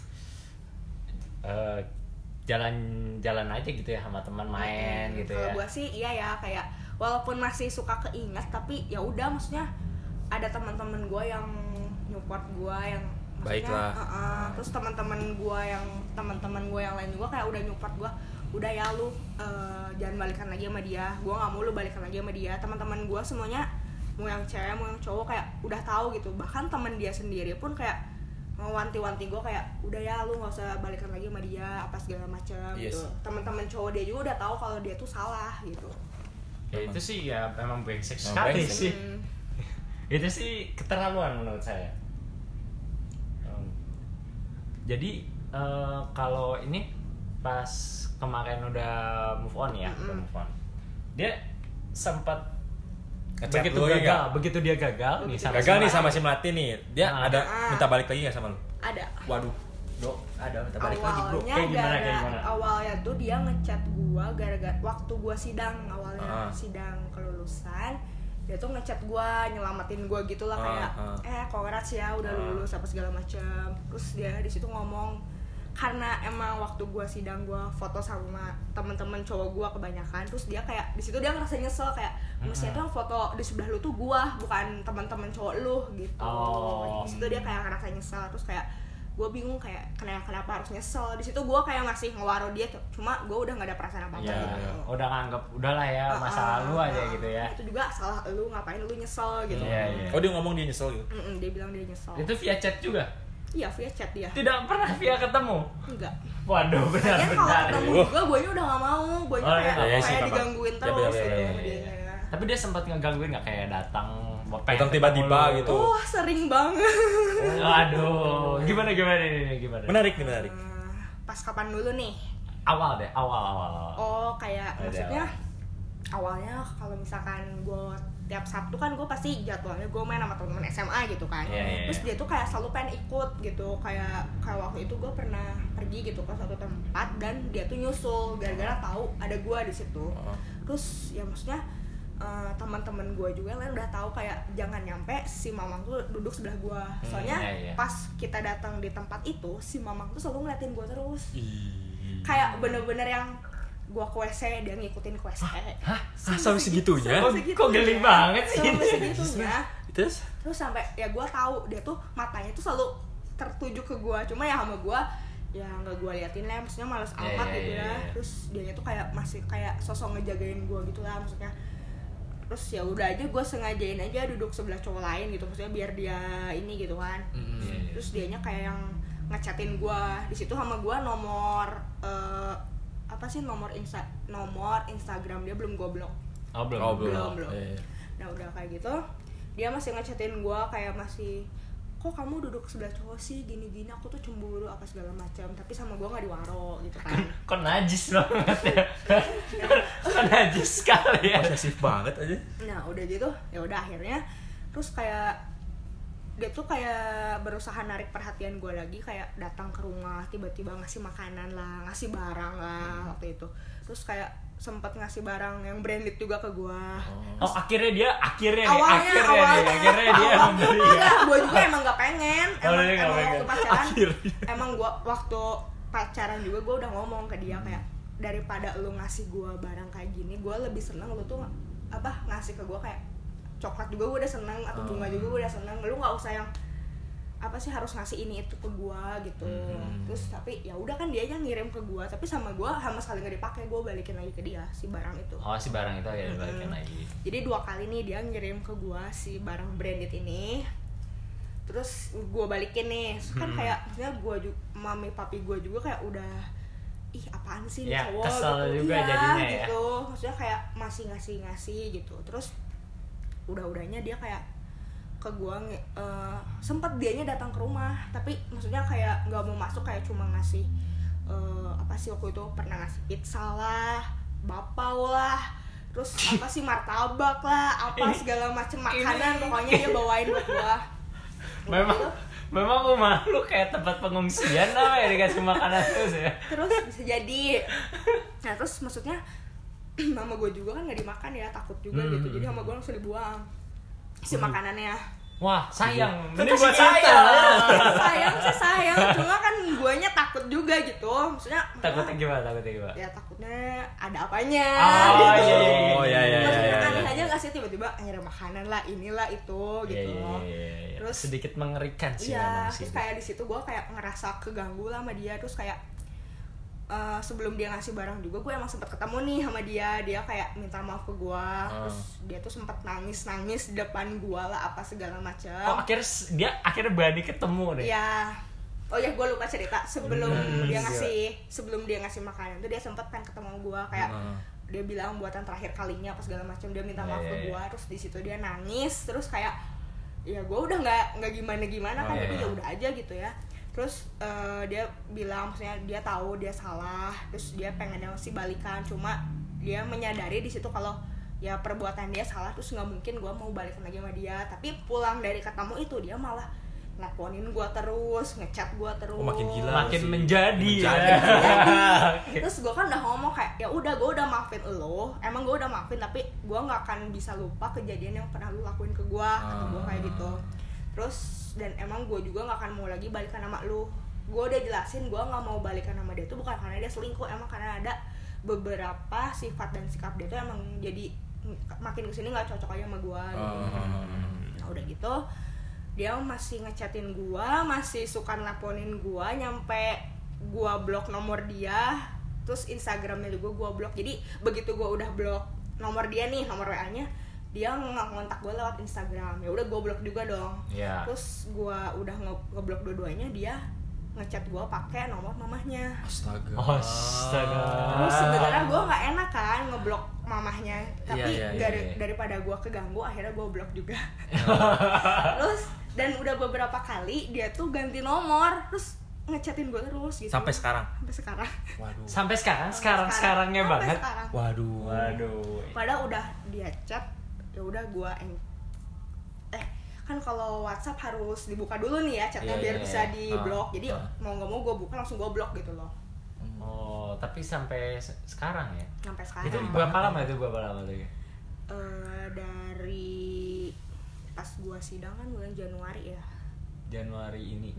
jalan aja gitu ya sama teman main gitu ya. Kalau gue sih iya ya, kayak walaupun masih suka keinget tapi ya udah, maksudnya ada teman-teman gue yang nyupport gue, yang baiklah. Terus teman-teman gue yang lain juga kayak udah nyupport gue, udah ya lu jangan balikan lagi sama dia, gue nggak mau lu balikan lagi sama dia. Teman-teman gue semuanya, mau yang cewek mau yang cowok, kayak udah tahu gitu. Bahkan teman dia sendiri pun kayak ngewanti-wanti gue kayak udah ya lu nggak usah balikan lagi sama dia apa segala macam gitu. Teman-teman cowok dia juga udah tahu kalau dia tuh salah gitu. Ya itu sih ya emang brengsek sekali sih. Itu sih keterlaluan menurut saya. Jadi kalau ini pas kemarin udah move on ya, move on, dia sempat begitu dia gagal nih sama si Melati nih, dia ada minta balik lagi nggak sama lu? Ada. Waduh, ada minta balik lagi, Bro. Kayak gimana? Awalnya tuh dia ngechat gua gara-gara waktu gua sidang, awalnya sidang kelulusan. Dia tuh ngechat gue, nyelamatin gue gitulah, kayak congrats ya udah lulus apa segala macam. Terus dia di situ ngomong, karena emang waktu gue sidang gue foto sama teman-teman cowok gue kebanyakan. Terus dia kayak di situ dia ngerasa nyesel, kayak mestinya tuh yang foto di sebelah lu tuh gue, bukan teman-teman cowok lu gitu. Di situ dia kayak ngerasa nyesel. Terus kayak gue bingung kayak kenapa harus nyesel. Di situ gue kayak masih ngewaro dia, cuma gue udah nggak ada perasaan apa-apa. Gitu. Udah nganggep udahlah ya masa lalu aja gitu ya. Itu juga salah lu, ngapain lu nyesel gitu. Oh dia ngomong dia nyesel gitu? Dia bilang dia nyesel. Itu via chat juga? Iya via chat dia. Tidak pernah via ketemu? Enggak. Waduh, benar-benar. Kalau ketemu juga guanya udah nggak mau, guanya kayak digangguin terus gitu. Tapi dia sempat ngegangguin nggak, kayak datang tiba-tiba gitu? Sering banget. Aduh, gimana ini? Menarik. Pas kapan dulu nih? Awal. Kayak maksudnya awalnya kalau misalkan gue tiap Sabtu kan gue pasti jadwalnya gue main sama teman-teman SMA gitu kan. Terus dia tuh kayak selalu pengen ikut gitu, kayak waktu itu gue pernah pergi gitu ke suatu tempat dan dia tuh nyusul gara-gara tahu ada gue di situ. Terus ya maksudnya teman-teman gue juga lain udah tahu kayak jangan nyampe si Mamang tuh duduk sebelah gue. Soalnya pas kita datang di tempat itu si Mamang tuh selalu ngeliatin gue terus. Kayak bener-bener yang gue ke WC dia ngikutin ke WC. Hah? Sampai segitunya? Kok geli banget sih? Sampai segitunya. Terus sampai ya gue tahu dia tuh matanya tuh selalu tertuju ke gue. Cuma ya sama gue ya nggak gue liatin lah, maksudnya males amat gitu ya. Terus dia tuh kayak masih kayak sosok ngejagain gue gitu lah maksudnya. Terus ya udah aja gue sengajain aja duduk sebelah cowok lain gitu maksudnya biar dia ini gitu kan. Terus dianya kayak yang ngechatin gue di situ sama gue nomor nomor Instagram dia belum gue blok. Belum. Nah udah kayak gitu dia masih ngechatin gue kayak masih, kok kamu duduk sebelah cowok sih gini-gini, aku tuh cemburu apa segala macam, tapi sama gue nggak diwaro gitu kan. Kok najis banget ya. Kok najis sekali ya. posesif banget aja. Nah udah gitu ya udah akhirnya terus kayak dia tuh kayak berusaha narik perhatian gue lagi, kayak datang ke rumah tiba-tiba ngasih makanan lah, ngasih barang lah waktu itu. Terus kayak sempat ngasih barang yang branded juga ke gue. Akhirnya dia awalnya membeli ya. Gue juga emang gak pengen. Emang waktu pacaran Akhirnya. emang gue waktu pacaran juga gue udah ngomong ke dia kayak daripada lu ngasih gue barang kayak gini, gue lebih seneng lu tuh ngasih ke gue kayak coklat juga gue udah seneng, atau bunga juga gue udah seneng. Lu nggak usah yang harus ngasih ini itu ke gue gitu. Terus tapi ya udah kan dia aja ngirim ke gue, tapi sama gue sama sekali nggak dipakai, gue balikin lagi ke dia si barang itu. Si barang itu ya dibalikin lagi. Jadi 2 kali nih dia ngirim ke gue si barang branded ini, terus gue balikin nih. Kan kayak maksudnya gue juga mami papi gue juga kayak udah apaan sih nih cowok kesel gitu juga jadinya ya gitu. Maksudnya kayak masih ngasih gitu. Terus udah-udahnya dia kayak ke gue sempet dianya datang ke rumah, tapi maksudnya kayak nggak mau masuk, kayak cuma ngasih waktu itu pernah ngasih pizza lah, bapau lah, terus martabak lah, segala macem makanan pokoknya dia bawain buat gue. Memang rumah lu kayak tempat pengungsian lah ya, dikasih makanan terus ya. Terus bisa jadi. Nah terus maksudnya mama gue juga kan nggak dimakan ya, takut juga gitu, jadi sama gue langsung dibuang si makanannya. Wah sayang, ini buat saya. sayang, cuma kan guanya takut juga gitu, maksudnya takutnya gimana? Ya takutnya ada apanya. Iya. Aneh aja nggak sih tiba-tiba akhirnya makanan lah inilah itu gitu. Iya. Terus sedikit mengerikan sih. Iya, terus kayak di situ gue kayak ngerasa keganggu lah sama dia. Terus kayak sebelum dia ngasih barang juga gue emang sempet ketemu nih sama dia kayak minta maaf ke gue. Terus dia tuh sempet nangis di depan gue lah apa segala macam. Akhirnya berani ketemu deh. Iya. Gue lupa cerita sebelum dia ngasih makanan tuh dia sempet pengen ketemu gue kayak dia bilang buatan terakhir kalinya apa segala macam, dia minta maaf ke gue. Terus di situ dia nangis, terus kayak ya gue udah nggak gimana kan, jadi ya udah aja gitu ya. Terus dia bilang maksudnya dia tahu dia salah, terus dia pengen sih balikan, cuma dia menyadari di situ kalau ya perbuatan dia salah, terus nggak mungkin gue mau balikan lagi sama dia. Tapi pulang dari ketemu itu dia malah nelponin gue terus, ngechat gue terus, makin gila, makin menjadi. Terus gue kan udah ngomong kayak ya udah gue udah maafin lo, emang gue udah maafin, tapi gue nggak akan bisa lupa kejadian yang pernah lo lakuin ke gue, kata gue kayak gitu. Terus dan emang gue juga nggak akan mau lagi balikan sama lo. Gue udah jelasin gue nggak mau balikan sama dia tuh bukan karena dia selingkuh, emang karena ada beberapa sifat dan sikap dia tuh emang jadi makin kesini nggak cocok aja sama gue gitu. Nah udah gitu dia masih ngechatin gue, masih suka nelponin gue, nyampe gue blok nomor dia, terus Instagramnya juga gue blok. Jadi begitu gue udah blok nomor dia nih, nomor WA-nya, dia ngontak gue lewat Instagram. Ya udah gue blok juga dong. Terus gue udah ngeblok dua-duanya, dia ngechat gue pakai nomor mamahnya. Astaga. Terus sebenarnya gue nggak enak kan ngeblok mamahnya, tapi daripada gue keganggu, akhirnya gue blok juga. Terus dan udah beberapa kali dia tuh ganti nomor, terus ngechatin gue terus gitu. Sampai sekarang. Waduh. Sampai sekarangnya banget. Sekarang. Waduh. Padahal udah dia chat, ya udah gue kan kalau WhatsApp harus dibuka dulu nih ya chatnya biar bisa diblok. Jadi mau nggak mau gue buka langsung gue blok gitu loh. Tapi sampai sekarang ya? Sampai sekarang. Itu berapa lama tuh? Dari pas gua sidang kan bulan Januari ya. Januari ini.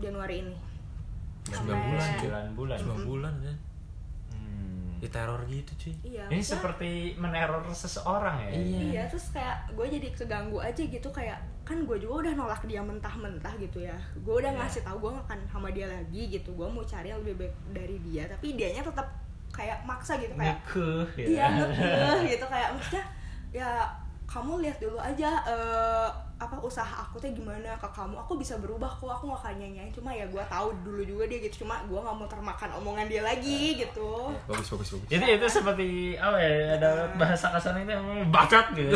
9 bulan. 9 bulan kan. Diteror gitu cuy. Iya. Ini seperti meneror seseorang ya. Iya, terus kayak gue jadi keganggu aja gitu, kayak kan gue juga udah nolak dia mentah-mentah gitu ya. Gue udah ngasih tahu gue gak akan sama dia lagi gitu. Gue mau cari yang lebih baik dari dia, tapi dianya tetap kayak maksa gitu, kayak ngekeh gitu. Iya, ngekeh gitu, kayak maksudnya ya kamu lihat dulu aja usaha aku teh gimana ke kamu, aku bisa berubah kok, aku gak akan nyanyain, cuma ya gue tahu dulu juga dia gitu, cuma gue gak mau termakan omongan dia lagi gitu. Bagus. Itu seperti apa ya, ada bahasa kasarnya itu bacot gitu.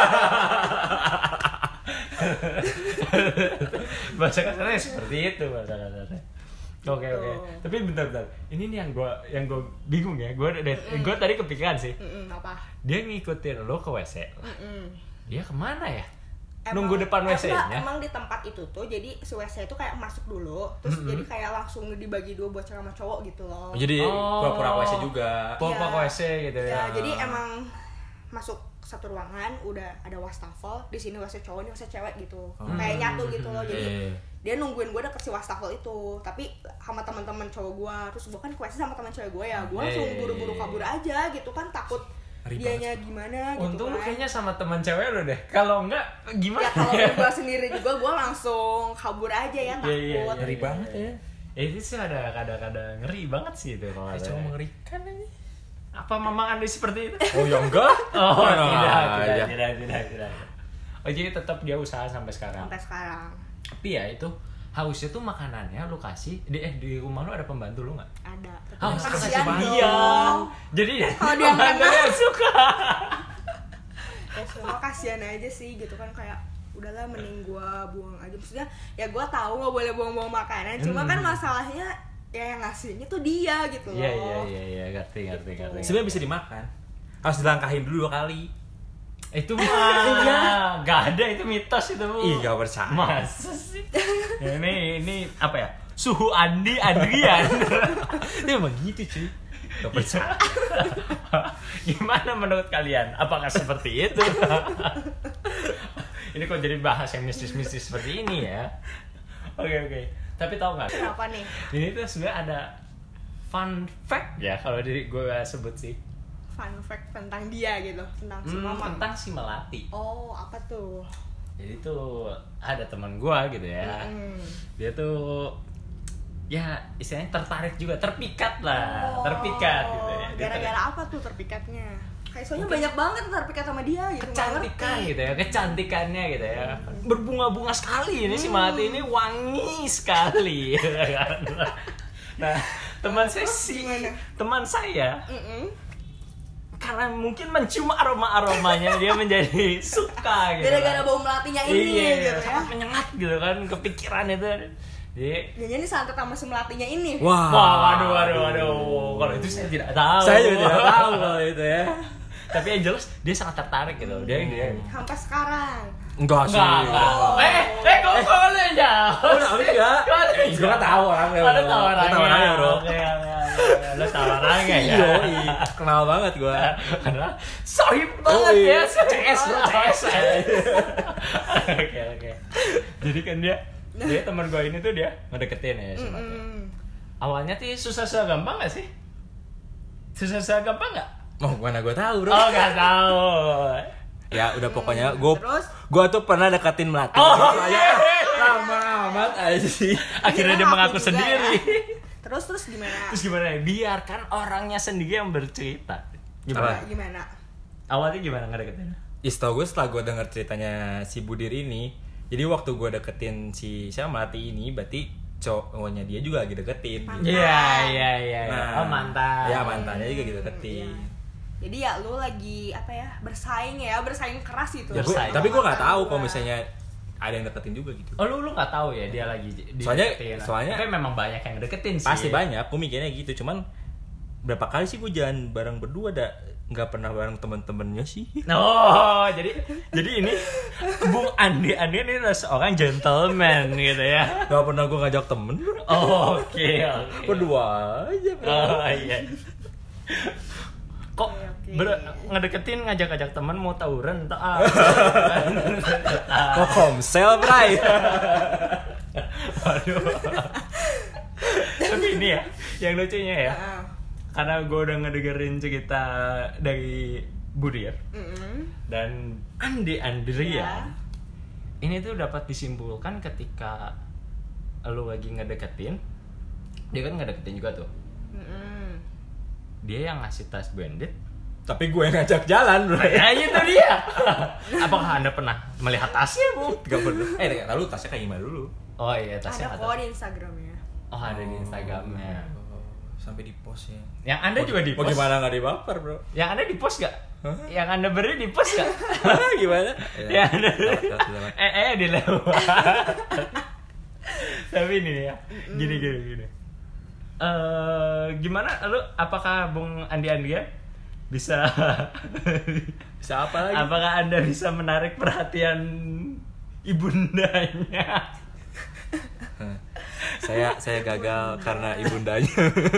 Bahasa kasarnya seperti itu bahasa kasarnya. Oke. Tapi bentar. Ini nih yang gue bingung ya. Gue tadi kepikiran sih. Apa? Dia ngikutin lo ke WC. Dia kemana ya? Nunggu depan WC-nya. Emang di tempat itu tuh, jadi si WC itu kayak masuk dulu, terus jadi kayak langsung dibagi dua buat cewek sama cowok gitu loh. Jadi pura-pura WC juga. Pura-pura ke WC gitu ya. Jadi emang masuk satu ruangan udah ada wastafel, di sini WC cowok, ini WC cewek gitu. Kayak nyatu gitu loh. Jadi dia nungguin gue deket si wastafel itu, tapi sama teman-teman cowok gue. Terus gue kan ke WC sama teman cewek gue ya, gue langsung buru-buru kabur aja gitu kan, takut dianya gimana gitu. Untung lu kan. kayaknya sama teman cewek lu deh. Kalau enggak gimana? Ya kalau gue sendiri juga gue langsung kabur aja ya, takut. Iya. Ngeri banget ya. Itu sih ada kadang-kadang ngeri banget sih itu kalau ada. Cuma mengerikan aja. Apa Mamang Andi seperti itu? Oh ya enggak? Tidak. Oh jadi tetap dia usaha sampai sekarang. Sampai sekarang. Tapi ya itu hausnya tuh makanannya lu kasih di rumah lu ada pembantu lu nggak? Ada. Haus Kasihan dia. Jadi kalau dia pembantunya suka. Ya semua kasihan aja sih gitu kan, kayak udahlah mending gua buang aja. Maksudnya ya gua tahu nggak boleh buang-buang makanan, cuma kan masalahnya ya yang ngasihnya tuh dia gitu loh. Iya, ngerti. Sebenarnya bisa dimakan. Harus dilangkahin dulu 2 kali. Itu mah nggak ada, itu mitos itu. Ih, gak percaya. Masa sih? Ya, ini apa ya? Suhu Adrian. Dia emang gitu cuy. Gak percaya. Gimana menurut kalian? Apakah seperti itu? Ini kok jadi bahas yang mistis-mistis seperti ini ya? Oke. Tapi tahu nggak? Kenapa nih? Ini tuh sebenarnya ada fun fact ya kalau gue sebut sih. Fun fact tentang dia gitu, tentang si Mamang. Tentang si Melati. Oh, apa tuh? Jadi tuh ada teman gue gitu ya. Dia tuh ya istilahnya tertarik juga, terpikat gitu ya. Gara-gara apa tuh terpikatnya? Kayak soalnya banyak banget terpikat sama dia gitu. Kecantikan gitu ya, kecantikannya gitu ya. Berbunga-bunga sekali ini si Melati ini, wangi sekali. Nah, teman saya karena mungkin mencium aromanya dia menjadi suka gitu. Gara-gara bau melatinya ini gitu ya. Sangat menyengat gitu kan, kepikiran itu. Jadi santet sama si melatinya ini. Wah, waduh. Kalau itu saya tidak tahu. Saya juga tidak tahu kalau itu ya. Tapi yang jelas dia sangat tertarik gitu. Dia sampai sekarang. Enggak sih. Kok boleh jauh? Enggak. Gue kan tahu orangnya. Ada tahu orangnya, bro. Lo tahu orangnya ya? Iya, kenal banget gue. Karena sohib banget ya. CS bro, CS. Oke. Jadi kan dia teman gue ini tuh dia ngedeketin ya sama dia. Awalnya tuh susah-susah gampang gak sih? Susah-susah gampang gak? Oh, mana gue tahu bro. Oh, gak tahu. Ya udah pokoknya gue tuh pernah deketin Melati. Lama amat aja sih. Akhirnya dia mengaku sendiri. Ya. Terus gimana? Biarkan orangnya sendiri yang bercerita. Gimana? Awalnya gimana ngedeketin? Setahu gue setelah gue denger ceritanya si Budir ini, jadi waktu gue deketin si Melati ini, berarti cowoknya dia juga lagi deketin. Iya. Nah, mantan. Ya mantannya juga gitu deketin. Iya. Jadi ya lu lagi bersaing keras gitu. Ya, tapi gue nggak tahu kalau misalnya ada yang deketin juga gitu. Oh lu nggak tahu ya dia lagi deketin. Soalnya tapi memang banyak yang deketin sih. Pasti banyak, gue mikirnya gitu. Cuman berapa kali sih gue jalan bareng berdua, nggak pernah bareng temen-temennya sih. Oh, jadi ini Bung Andi ini adalah seorang gentleman gitu ya. Gak pernah gue ngajak temen. Oh, oke. Berdua aja. Oh iya. Kok Ngedeketin ngajak-ngajak teman mau tawuran atau Kok komsel, Bray? Waduh. Tapi ini ya, yang lucunya ya, karena gue udah ngedengerin cerita dari Budir dan Andrian, ini tuh dapat disimpulkan ketika lu lagi ngedeketin, dia kan ngedeketin juga tuh. Dia yang ngasih tas branded, Tapi gue yang ngajak jalan, Bray. nah itu dia. Apakah Anda pernah melihat tasnya, Bu? Gak perlu. Lalu tasnya kayak gimana dulu? Oh iya, tasnya ada kok di Instagramnya. Oh, ada di Instagramnya. Sampai di post ya. Yang Anda juga di post. Gimana nggak dibaper, Bro? Yang Anda di post gak? Yang Anda beri di post gak? Gimana? Ya Anda dilewat. Tapi ini nih ya, gini. Gimana lu? Apakah Bung Andian bisa apa lagi? Apakah Anda bisa menarik perhatian ibundanya? Saya gagal karena ibundanya.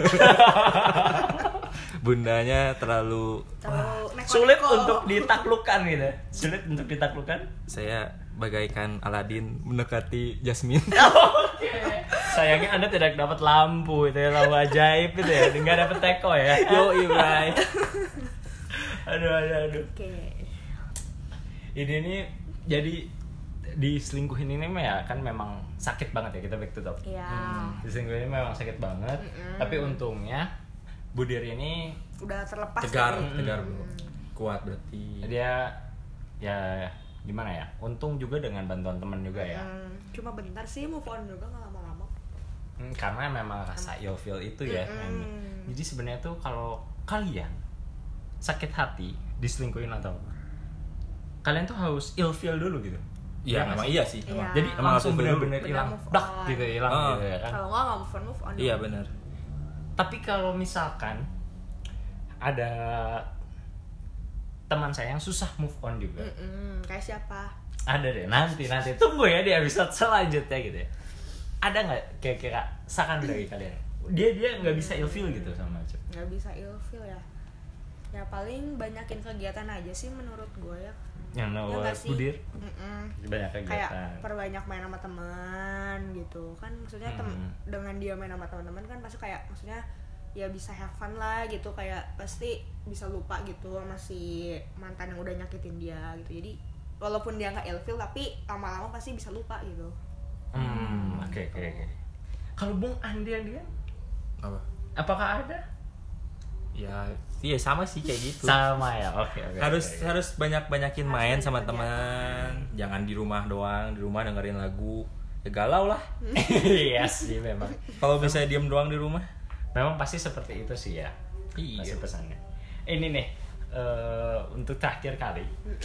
Bundanya terlalu sulit untuk ditaklukkan gitu. Sulit untuk ditaklukkan. Saya bagaikan Aladin mendekati Jasmine. Oke. Sayangnya Anda tidak dapat lampu itu ya, lampu ajaib itu ya. Enggak dapat teko ya. Yo, Ibrai. Aduh. Oke. Ini nih jadi diselingkuhin ini mah ya kan memang sakit banget ya, kita back to top. Iya. Diselingkuhin ini memang sakit banget. Tapi untungnya Budir ini Udah terlepas. Tegar, dari- bro. Kuat berarti. dia ya gimana ya? Untung juga dengan bantuan teman juga ya. Cuma bentar sih, move on juga nggak lama-lama. Karena memang rasa ilfeel itu ya. Jadi sebenarnya tuh kalau kalian sakit hati diselingkuhin atau kalian tuh harus ilfeel dulu gitu. Iya, memang iya sih. Iya. Jadi Emang langsung harus ilfeel benar-benar dulu. hilang, Benar move dak on. gitu hilang gitu ya kan. Kalau nggak move on. Iya, benar. Tapi kalau misalkan ada teman saya yang susah move on juga, Kayak siapa? ada deh nanti tunggu ya di episode selanjutnya gitu ya. Ada nggak kira-kira saran dari kalian? Dia nggak bisa ilfeel gitu sama cewek. Nggak bisa ilfeel ya. Ya paling banyakin kegiatan aja sih menurut gue ya. Yang Ya nawar nggak sih? Budir banyak Kayak kegiatan. perbanyak main sama teman gitu kan, maksudnya dengan dia main sama teman-teman kan pasti kayak maksudnya ya bisa have fun lah gitu, kayak pasti bisa lupa gitu sama si mantan yang udah nyakitin dia gitu. Jadi walaupun dia nggak ilfeel tapi lama-lama pasti bisa lupa gitu. Oke. Kalau Bung Andian dia Apa? apakah ada? Ya, iya sama sih kayak gitu. Sama ya. Oke. Harus banyakin Harus main banyak sama kegiatan. teman. Jangan di rumah doang, di rumah dengerin lagu. Ya galau lah. Iya sih memang. Kalau misalnya diem doang di rumah. Memang pasti seperti itu sih ya. Iya. Pasti pesannya. Ini nih untuk terakhir kali.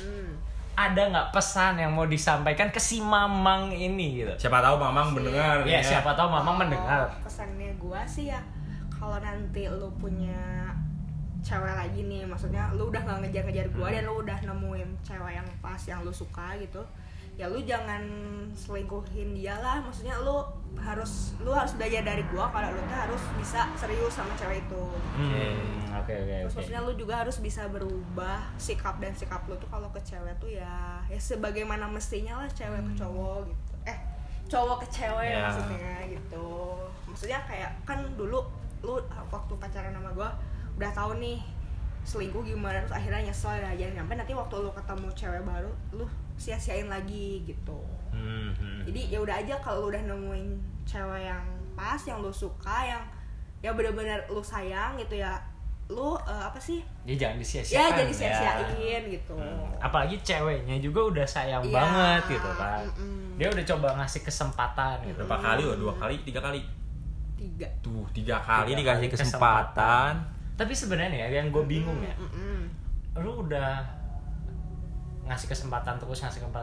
Ada nggak pesan yang mau disampaikan ke si Mamang ini gitu? Siapa tahu Mamang mendengar Ya siapa tahu Mamang mendengar. Pesannya gua sih ya, kalau nanti lu punya cewek lagi nih, maksudnya lu udah nggak ngejar-ngejar gua dan lu udah nemuin cewek yang pas yang lu suka gitu, ya lu jangan selingkuhin dia lah. Maksudnya lu harus belajar dari gua kalau lu tuh harus bisa serius sama cewek itu. Oke. Terus maksudnya lu juga harus bisa berubah sikap lu tuh kalau ke cewek tuh ya sebagaimana mestinya lah, cewek ke cowok gitu. Cowok ke cewek Ya. maksudnya gitu. Maksudnya kayak kan dulu lu waktu pacaran sama gua udah tahu nih selingkuh gimana, terus akhirnya nyesel ya, jangan sampai nanti waktu lu ketemu cewek baru lu sia-siain lagi gitu. Jadi ya udah aja, kalau lu udah nemuin cewek yang pas, yang lu suka, yang ya benar-benar lu sayang gitu ya, lu apa sih? Ya jangan disia-siakan. Ya jadi sia-siain gitu. Apalagi ceweknya juga udah sayang Iya. banget gitu kan. Dia udah coba ngasih kesempatan gitu. Berapa kali loh? 2 kali, 3 kali. 3. Tuh, 3 kali 3 dikasih kali kesempatan. Tapi sebenarnya yang gue bingung ya, lu udah ngasih kesempatan terus.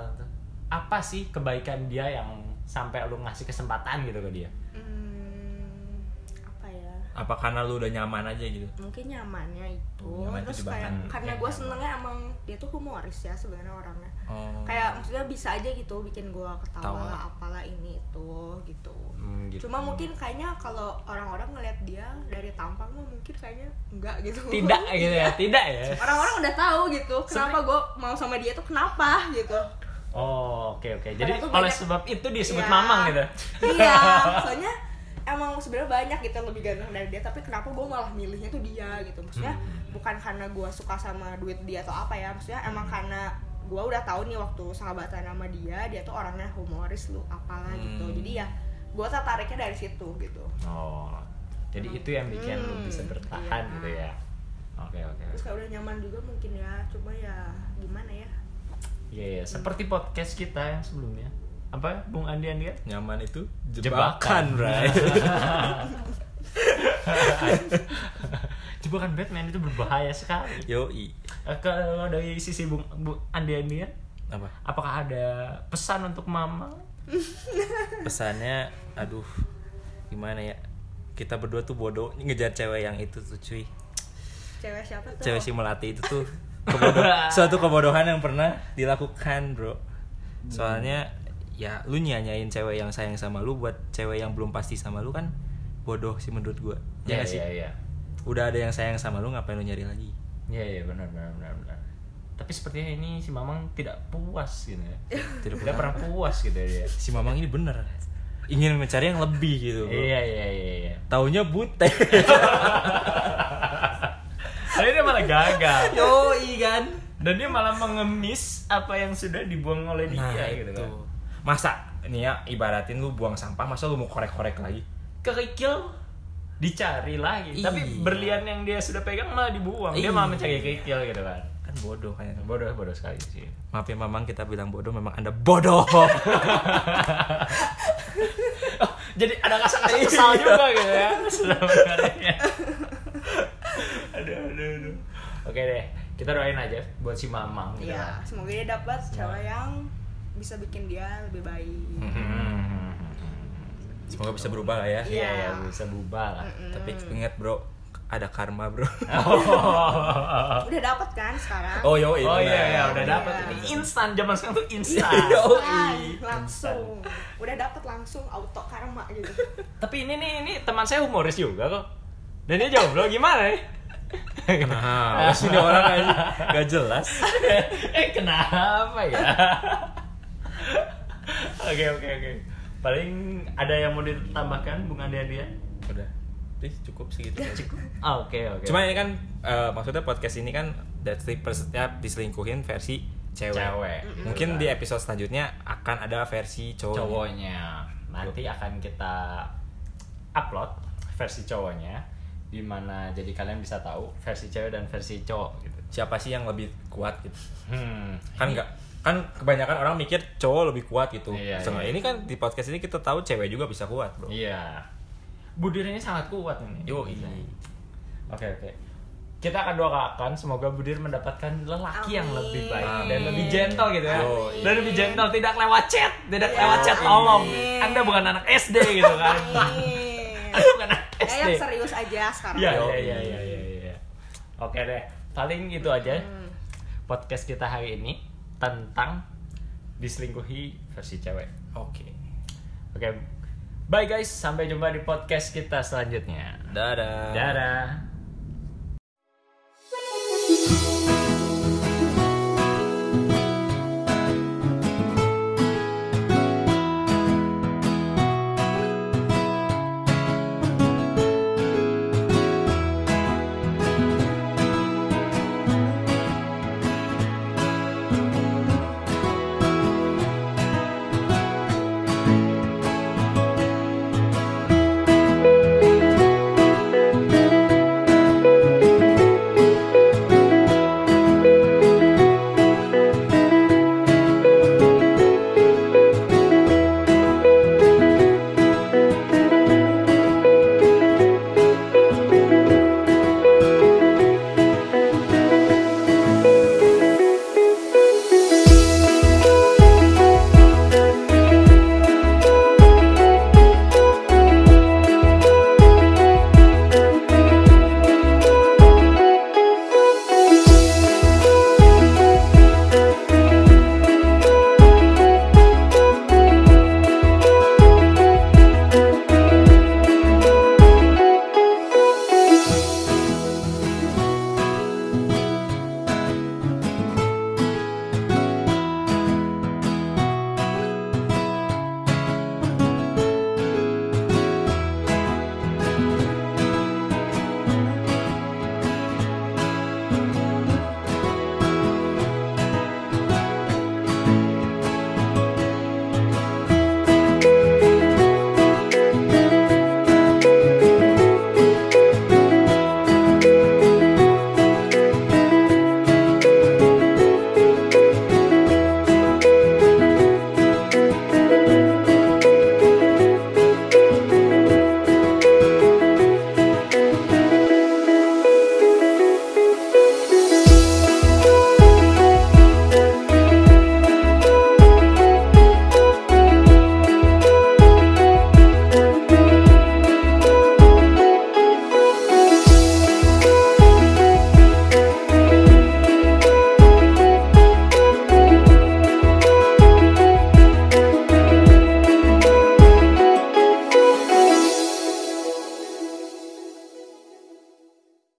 Apa sih kebaikan dia yang sampai lu ngasih kesempatan gitu ke dia? Apa ya? Apa karena lu udah nyaman aja gitu? Mungkin nyamannya itu. Nyaman Terus itu kayak jebakan. karena gue senengnya emang dia tuh humoris ya sebenarnya orangnya. Oh. Kayak maksudnya bisa aja gitu bikin gue ketawa Tawa. lah apalah ini itu gitu. Gitu. Cuma mungkin kayaknya kalau orang-orang ngeliat dia dari tampang mah mungkin kayaknya enggak gitu. Tidak gitu ya, tidak ya. Orang-orang udah tahu gitu kenapa gue mau sama dia tuh kenapa gitu. Oh, oke. Jadi Padahal tuh oleh banyak- sebab itu disebut Iya. mamang gitu. Iya, soalnya emang sebenarnya banyak gitu yang lebih ganteng dari dia, tapi kenapa gue malah milihnya tuh dia gitu. Maksudnya bukan karena gue suka sama duit dia atau apa ya, maksudnya emang karena gue udah tahu nih waktu sahabatan sama dia tuh orangnya humoris lu apalah gitu. Jadi ya gue tertariknya dari situ gitu. Oh. Jadi itu yang bikin lu bisa bertahan Iya. gitu ya. Oke. Terus kayak udah nyaman juga mungkin ya, cuma ya gimana ya. Iya, seperti podcast kita yang sebelumnya. Apa, Bung Andi? Nyaman itu Jebakan. jebakan, Bray. Jebakan Batman itu berbahaya sekali. Yoi. Kalau dari sisi Bung Andi ya, Apa? apakah ada pesan untuk Mama? Pesannya, aduh, gimana ya? Kita berdua tuh bodoh ngejar cewek yang itu tuh, cuy. Cewek siapa tuh? Cewek si Melati itu tuh suatu kebodohan yang pernah dilakukan, bro. Soalnya ya lu nyanyain cewek yang sayang sama lu buat cewek yang belum pasti sama lu kan bodoh sih menurut gua. Ya nggak sih? Iya. Udah ada yang sayang sama lu, ngapain lu nyari lagi? Iya, benar. Tapi sepertinya ini si Mamang tidak puas gitu ya. Tidak Tidak pernah puas gitu dia. Si Mamang ini bener ingin mencari yang lebih gitu, bro. Iya. Taunya butek. Tapi dia malah gagal. Yoi kan. Dan dia malah mengemis apa yang sudah dibuang oleh dia Nah, gitu kan. Masa nih ya, ibaratin lu buang sampah, masa lu mau korek-korek lagi? Kerikil dicari lagi, Iya. tapi berlian yang dia sudah pegang malah dibuang. Dia Iya. malah mencari kerikil gitu kan. Kan bodoh kayaknya. Bodoh sekali sih. Maaf ya Mamang, kita bilang bodoh, memang Anda bodoh. Oh, jadi ada kasa-kasa kesal juga gitu ya. Sebenarnya. Aduh. Oke deh, kita doain aja buat si Mamang gitu Iya, kan. semoga dia dapat cewek yang bisa bikin dia lebih baik. Semoga bisa berubah lah ya. Iya, bisa berubah lah. Tapi ingat bro, ada karma bro. Udah dapat kan sekarang? Oh yoi. Oh benar. iya, udah Iya. dapat. Ini instan, zaman sekarang tuh instan. Instan, langsung. Udah dapat langsung auto karma gitu. Tapi ini teman saya humoris juga kok. Dan dia jomblo gimana ya? Nah, sini orang aja gak jelas. Kenapa ya? Oke. Paling ada yang mau ditambahkan Bung Andi-Andian? Udah. Cukup segitu. Oke. Cuma ini kan maksudnya podcast ini kan setiap diselingkuhin versi cewek. Mungkin di episode selanjutnya akan ada versi cowoknya. Nanti akan kita upload versi cowoknya, dimana jadi kalian bisa tahu versi cewek dan versi cowok gitu. Siapa sih yang lebih kuat gitu? Kan enggak, kan kebanyakan orang mikir cowok lebih kuat gitu. Iya, Soalnya iya. ini kan di podcast ini kita tahu cewek juga bisa kuat, bro. Iya. Budir ini sangat kuat ini. Yoi. Oke. Kita akan doakan semoga Budir mendapatkan lelaki yang Amin. lebih baik dan lebih gentle gitu ya. Yoi. Dan lebih gentle, tidak lewat chat, tidak Ya, lewat chat tolong. amin. Anda bukan anak SD gitu kan. Anda bukan anak SD. Yang serius aja sekarang. Iya. Oke deh. Paling itu aja podcast kita hari ini tentang diselingkuhi versi cewek. Oke. Oke. Bye guys, sampai jumpa di podcast kita selanjutnya. Dadah. Dadah.